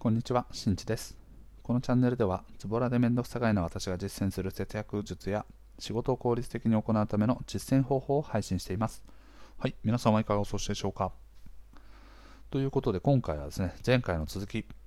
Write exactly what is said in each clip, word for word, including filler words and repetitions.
こんにちは、しんちです。このチャンネルでは、ズボラでめんどくさがいな私が実践する節約術や仕事を効率的に行うための実践方法を配信しています。はい、皆さんはいかがお過ごしでしょうか。ということで、今回はですね、前回の続き。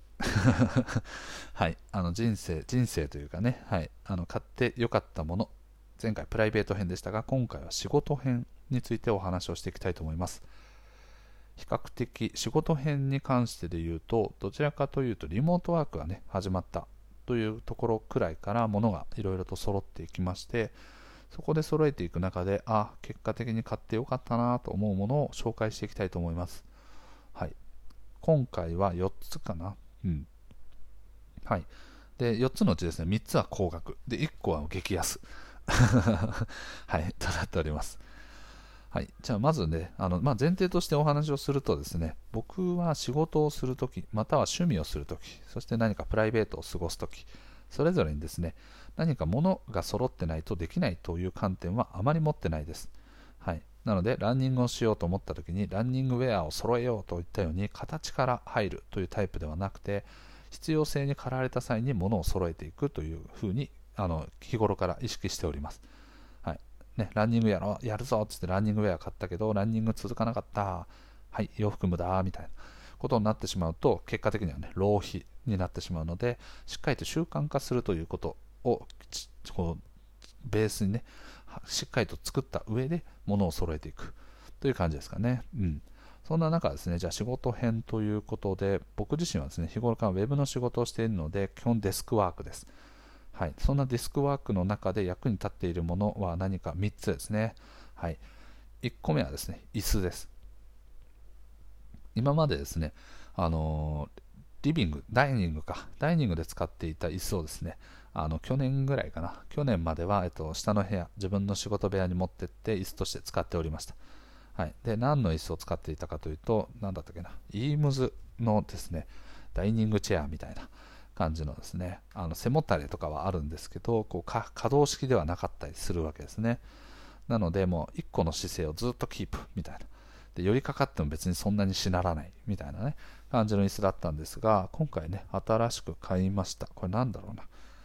はい、あの人生、人生というかね、はい、あの買ってよかったもの、前回プライベート編でしたが、今回は仕事編についてお話をしていきたいと思います。比較的仕事編に関してで言うと、どちらかというとリモートワークがね始まったというところくらいからものがいろいろと揃っていきまして、そこで揃えていく中で、あ、結果的に買ってよかったなと思うものを紹介していきたいと思います。はい、今回はよっつかな。うん。はい。で、よっつのうちですね、みっつは高額で、いっこは激安。はい、となっております。はい、じゃあまずね、あのまあ、前提としてお話をするとですね、僕は仕事をするとき、または趣味をするとき、そして何かプライベートを過ごすとき、それぞれにですね、何か物が揃ってないとできないという観点はあまり持ってないです。はい、なので、ランニングをしようと思ったときに、ランニングウェアを揃えようといったように、形から入るというタイプではなくて、必要性に駆られた際に物を揃えていくというふうに、あの日頃から意識しております。ね、ランニングやろやるぞっつってランニングウェア買ったけど、ランニング続かなかった、はい、洋服無駄みたいなことになってしまうと、結果的にはね、浪費になってしまうので、しっかりと習慣化するということをこうベースにね、しっかりと作った上で物を揃えていくという感じですかね。うん。そんな中ですね、じゃあ仕事編ということで、僕自身はですね、日頃からウェブの仕事をしているので、基本デスクワークです。はい、そんなデスクワークの中で役に立っているものは何かみっつですね。はい、いっこめはですね、椅子です。今までですね、あのーリビング、ダイニングか、ダイニングで使っていた椅子をですね、あの去年ぐらいかな、去年までは、えっと、下の部屋、自分の仕事部屋に持ってって椅子として使っておりました。はい、で、何の椅子を使っていたかというと、何だったっけな、イームズのですね、ダイニングチェアみたいな感じのですね、あの背もたれとかはあるんですけど、こうか可動式ではなかったりするわけですね。なので、もういっこの姿勢をずっとキープみたいな。で、寄りかかっても別にそんなにしならないみたいなね、感じの椅子だったんですが、今回ね、新しく買いました。これなんだろうな。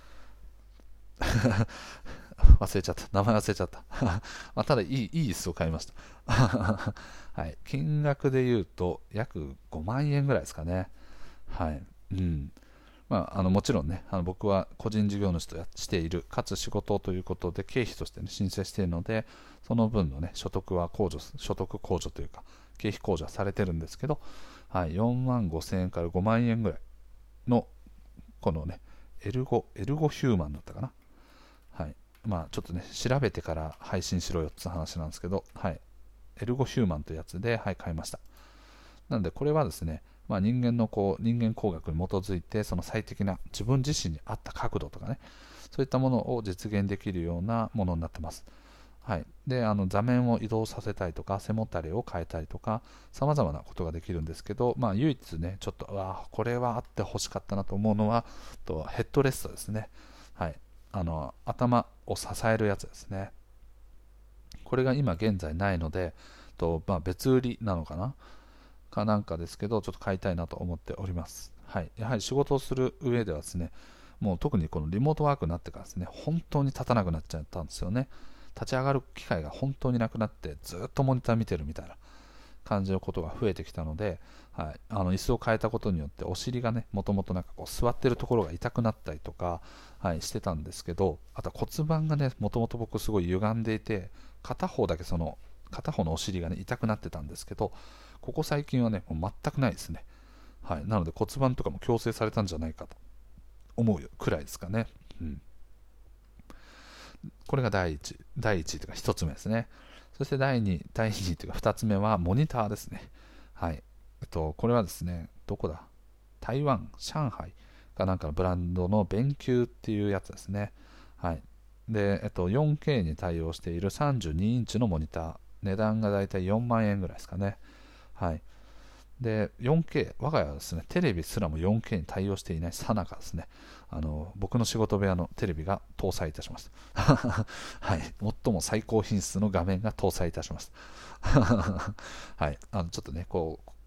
忘れちゃった。名前忘れちゃった。まあ、ただいい、いい椅子を買いました。はい。金額で言うと、約ごまん円ぐらいですかね。はい。うん。まあ、あのもちろんね、あの僕は個人事業主とやしている、かつ仕事ということで経費として、ね、申請しているので、その分の、ね、所得は控除、所得控除というか、経費控除はされてるんですけど、はい、よんまんごせん円からごまん円ぐらいの、このね、エルゴ、エルゴヒューマンだったかな。はい。まあ、ちょっとね、調べてから配信しろよって話なんですけど、はい。エルゴヒューマンというやつで、はい、買いました。なので、これはですね、まあ、人間のこう人間工学に基づいて、その最適な自分自身に合った角度とかね、そういったものを実現できるようなものになってます。はい、であの座面を移動させたりとか、背もたれを変えたりとか、さまざまなことができるんですけど、まあ、唯一ね、ちょっとうわこれはあってほしかったなと思うのは、とヘッドレストですね。はい、あの頭を支えるやつですね。これが今現在ないので、と、まあ、別売りなのかなかなんかですけど、ちょっと買いたいなと思っております。はい、やはり仕事をする上ではですね、もう特にこのリモートワークになってからですね、本当に立たなくなっちゃったんですよね。立ち上がる機会が本当になくなって、ずっとモニター見てるみたいな感じのことが増えてきたので、はい、あの椅子を変えたことによってお尻がね、もともとなんかこう座ってるところが痛くなったりとか、はい、してたんですけど、あと骨盤がね、もともと僕すごい歪んでいて、片方だけその片方のお尻がね痛くなってたんですけど、ここ最近はね、もう全くないですね。はい、なので骨盤とかも矯正されたんじゃないかと思うくらいですかね。うん、これが第一、第一というか一つ目ですね。そして第二、第二というか二つ目はモニターですね。はい。えっと、これはですね、どこだ台湾、上海かなんかのブランドのベンキューっていうやつですね。はい。で、えっと、よんケー に対応しているさんじゅうにインチのモニター。値段がだいたいよんまん円ぐらいですかね。はい。で、よんケー、我が家はですね、テレビすらも よんケー に対応していないさなかですね、あの、僕の仕事部屋のテレビが搭載いたしました。はい。最も最高品質の画面が搭載いたしました。はい。あの、ちょっとね、こう、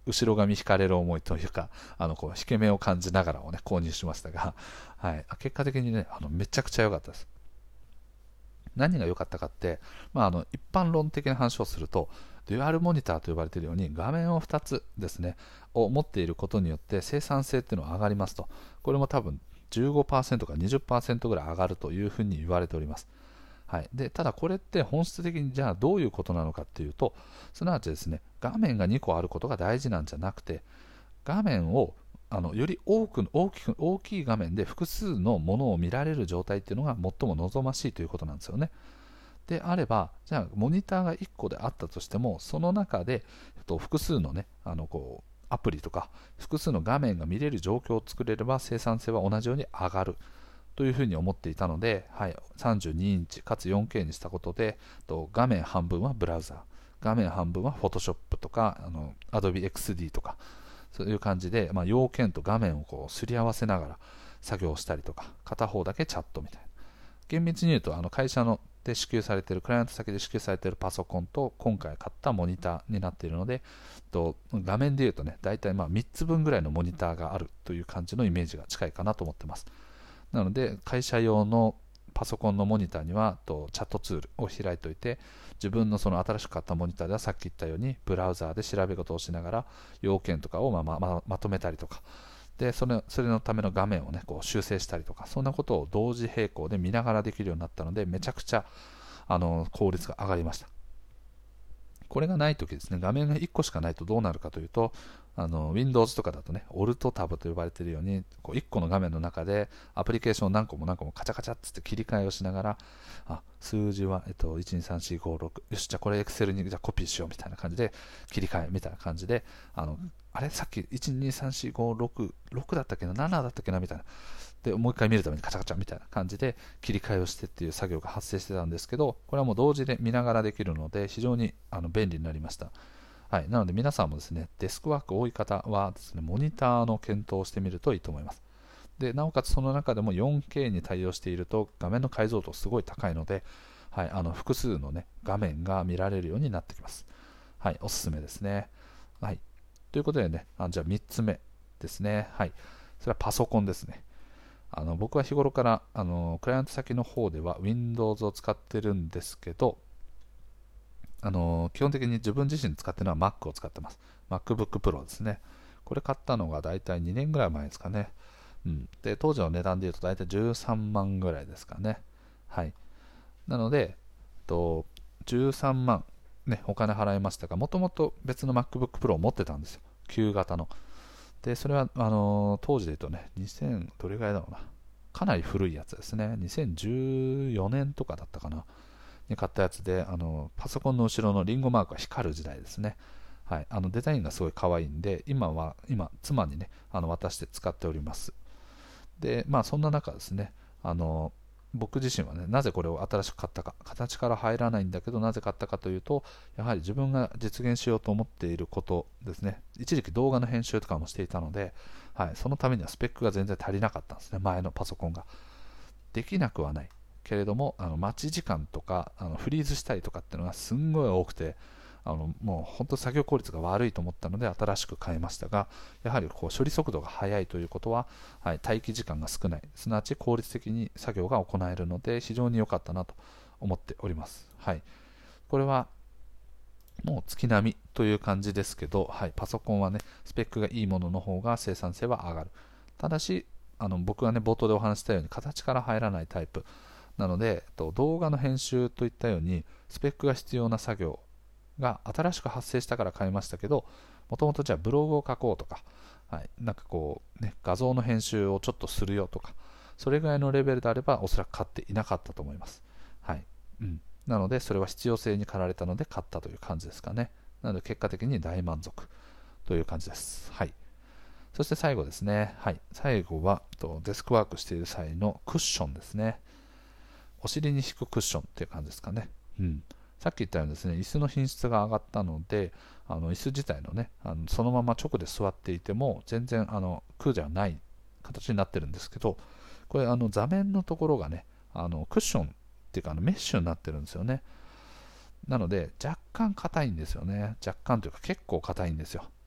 後ろ髪引かれる思いというか、あのこう引け目を感じながらをね購入しましたが、はい、結果的にねあのめちゃくちゃ良かったです。何が良かったかって、まあ、あの一般論的な話をすると、デュアルモニターと呼ばれているように画面をふたつですねを持っていることによって生産性っていうのは上がりますと。これも多分 じゅうごパーセント か にじゅっパーセント ぐらい上がるというふうに言われております。はい、でただこれって本質的にじゃあどういうことなのかっていうと、すなわちですね画面がにこあることが大事なんじゃなくて、画面をあのより多く大きく大きい画面で複数のものを見られる状態っていうのが最も望ましいということなんですよね。であれば、じゃあモニターがいっこであったとしても、その中で、えっと、複数のねあのこうアプリとか複数の画面が見れる状況を作れれば生産性は同じように上がるというふうに思っていたので、はい、さんじゅうにインチかつ よんケー にしたことで、と画面半分はブラウザー、画面半分は Photoshop とかあの Adobe エックスディー とかそういう感じで、まあ、要件と画面をこうすり合わせながら作業したりとか、片方だけチャットみたいな。厳密に言うとあの会社ので支給されているクライアント先で支給されているパソコンと今回買ったモニターになっているので、と画面でいうとね大体まあみっつぶんぐらいのモニターがあるという感じのイメージが近いかなと思ってます。なので会社用のパソコンのモニターにはとチャットツールを開いておいて、自分のその新しく買ったモニターではさっき言ったようにブラウザーで調べ事をしながら要件とかをまあまままとめたりとかで、それそれのための画面をねこう修正したりとか、そんなことを同時並行で見ながらできるようになったので、めちゃくちゃあの効率が上がりました。これがないときですね、画面がいっこしかないとどうなるかというと、あの Windows とかだとね、オルトタブと呼ばれているように、こういっこの画面の中でアプリケーションを何個も何個もカチャカチャっつって切り替えをしながら、あ数字は、えっと、いちにさんしごろく、よし、じゃあこれ Excel にじゃあコピーしようみたいな感じで、切り替えみたいな感じで、あのあれさっきいちにさんしごろく、ろくだったっけな、ななだったっけなみたいな。でもう一回見るためにカチャカチャみたいな感じで切り替えをしてっていう作業が発生してたんですけど、これはもう同時で見ながらできるので非常にあの便利になりました。はい、なので皆さんもですねデスクワーク多い方はですねモニターの検討をしてみるといいと思います。でなおかつその中でも よんケー に対応していると画面の解像度すごい高いので、はい、あの複数の、ね、画面が見られるようになってきます。はい、おすすめですね。はい、ということでね、あじゃあみっつめですね。はい、それはパソコンですね。あの僕は日頃からあのクライアント先の方では Windows を使ってるんですけど、あの基本的に自分自身使ってるのは Mac を使ってます。MacBook Pro ですね。これ買ったのがだいたいにねんぐらい前ですかね。うん、で当時の値段でいうとだいたいじゅうさんまんぐらいですかね。はい、なのでとじゅうさんまん、ね、お金払いましたが、もともと別の MacBook Pro を持ってたんですよ。旧型の。でそれはあの当時で言うとね、にせんどれぐらいだろうな、かなり古いやつですね。にせんじゅうよねんとかだったかなに買ったやつで、あのパソコンの後ろのリンゴマークが光る時代ですね。はい、あのデザインがすごい可愛いんで、今は今妻にねあの渡して使っております。でまあそんな中ですね、あの僕自身はね、なぜこれを新しく買ったか、形から入らないんだけどなぜ買ったかというと、やはり自分が実現しようと思っていることですね。一時期動画の編集とかもしていたので、はい、そのためにはスペックが全然足りなかったんですね。前のパソコンができなくはないけれども、あの待ち時間とかあのフリーズしたりとかっていうのがすんごい多くて、あのもう本当作業効率が悪いと思ったので新しく買いましたが、やはりこう処理速度が速いということは、はい、待機時間が少ない、すなわち効率的に作業が行えるので非常に良かったなと思っております。はい、これはもう月並みという感じですけど、はい、パソコンはねスペックがいいものの方が生産性は上がる。ただしあの僕がね冒頭でお話したように形から入らないタイプなので、動画の編集といったようにスペックが必要な作業が新しく発生したから買いましたけど、もともとじゃあブログを書こうとか、はい、なんかこう、ね、画像の編集をちょっとするよとか、それぐらいのレベルであればおそらく買っていなかったと思います。はい、うん、なのでそれは必要性に駆られたので買ったという感じですかね。なので結果的に大満足という感じです。はい、そして最後ですね、はい、最後はデスクワークしている際のクッションですね。お尻に引くクッションっていう感じですかね。うん、さっき言ったようにですね、椅子の品質が上がったので、あの椅子自体のね、あのそのまま直で座っていても全然あの空ではない形になってるんですけど、これあの座面のところがね、あのクッションっていうかあのメッシュになってるんですよね。なので若干硬いんですよね。若干というか結構硬いんですよ。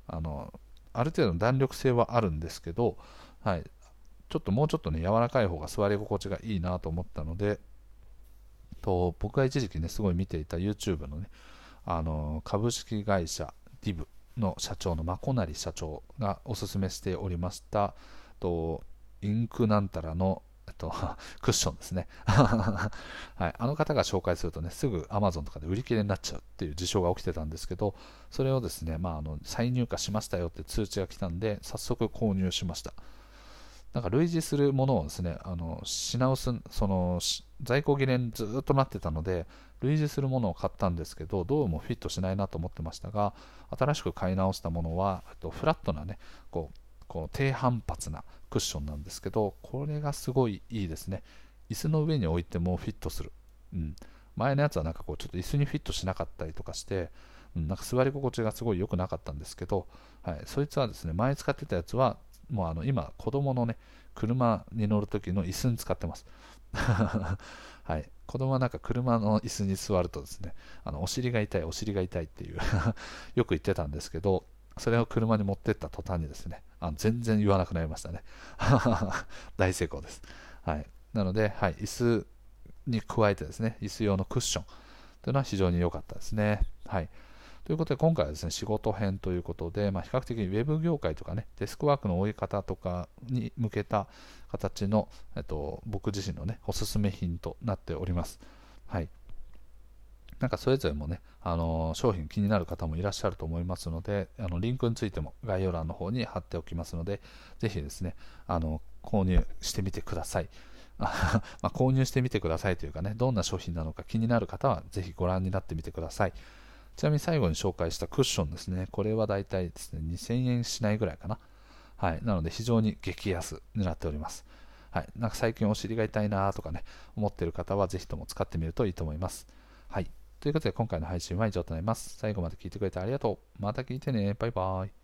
あのある程度の弾力性はあるんですけど、はい、ちょっともうちょっとね柔らかい方が座り心地がいいなと思ったので、と僕が一時期ねすごい見ていた YouTube のねあの株式会社ディブの社長の真子成社長がおすすめしておりましたとインクなんたらの、えっと、クッションですね、はい、あの方が紹介するとねすぐ Amazon とかで売り切れになっちゃうっていう事象が起きてたんですけど、それをですね、まあ、あの再入荷しましたよって通知が来たんで早速購入しました。なんか類似するものをですね、あの品薄、その在庫切れにずっとなってたので、類似するものを買ったんですけど、どうもフィットしないなと思ってましたが、新しく買い直したものは、とフラットなね、こう、こう低反発なクッションなんですけど、これがすごいいいですね。椅子の上に置いてもフィットする。うん、前のやつはなんかこう、ちょっと椅子にフィットしなかったりとかして、うん、なんか座り心地がすごい良くなかったんですけど、はい、そいつはですね、前使ってたやつは、もうあの今、子供のね、車に乗るときの椅子に使ってます。はい、子供はなんか車の椅子に座るとですね、あのお尻が痛い、お尻が痛いっていうよく言ってたんですけど、それを車に持ってった途端にですね、あの全然言わなくなりましたね。大成功です。はい、なので、はい、椅子に加えてですね、椅子用のクッションというのは非常に良かったですね。はい。ということで今回はですね仕事編ということで、まあ、比較的ウェブ業界とかねデスクワークの多い方とかに向けた形の、えっと、僕自身のねおすすめ品となっております。はい。なんかそれぞれもね、あのー商品気になる方もいらっしゃると思いますので、あのリンクについても概要欄の方に貼っておきますので、ぜひですね、あの購入してみてください。まあ、購入してみてくださいというかね、どんな商品なのか気になる方はぜひご覧になってみてください。ちなみに最後に紹介したクッションですね。これはだいたいですね、にせんえんしないぐらいかな。はい。なので非常に激安になっております。はい。なんか最近お尻が痛いなとかね、思っている方はぜひとも使ってみるといいと思います。はい。ということで今回の配信は以上となります。最後まで聞いてくれてありがとう。また聞いてね。バイバイ。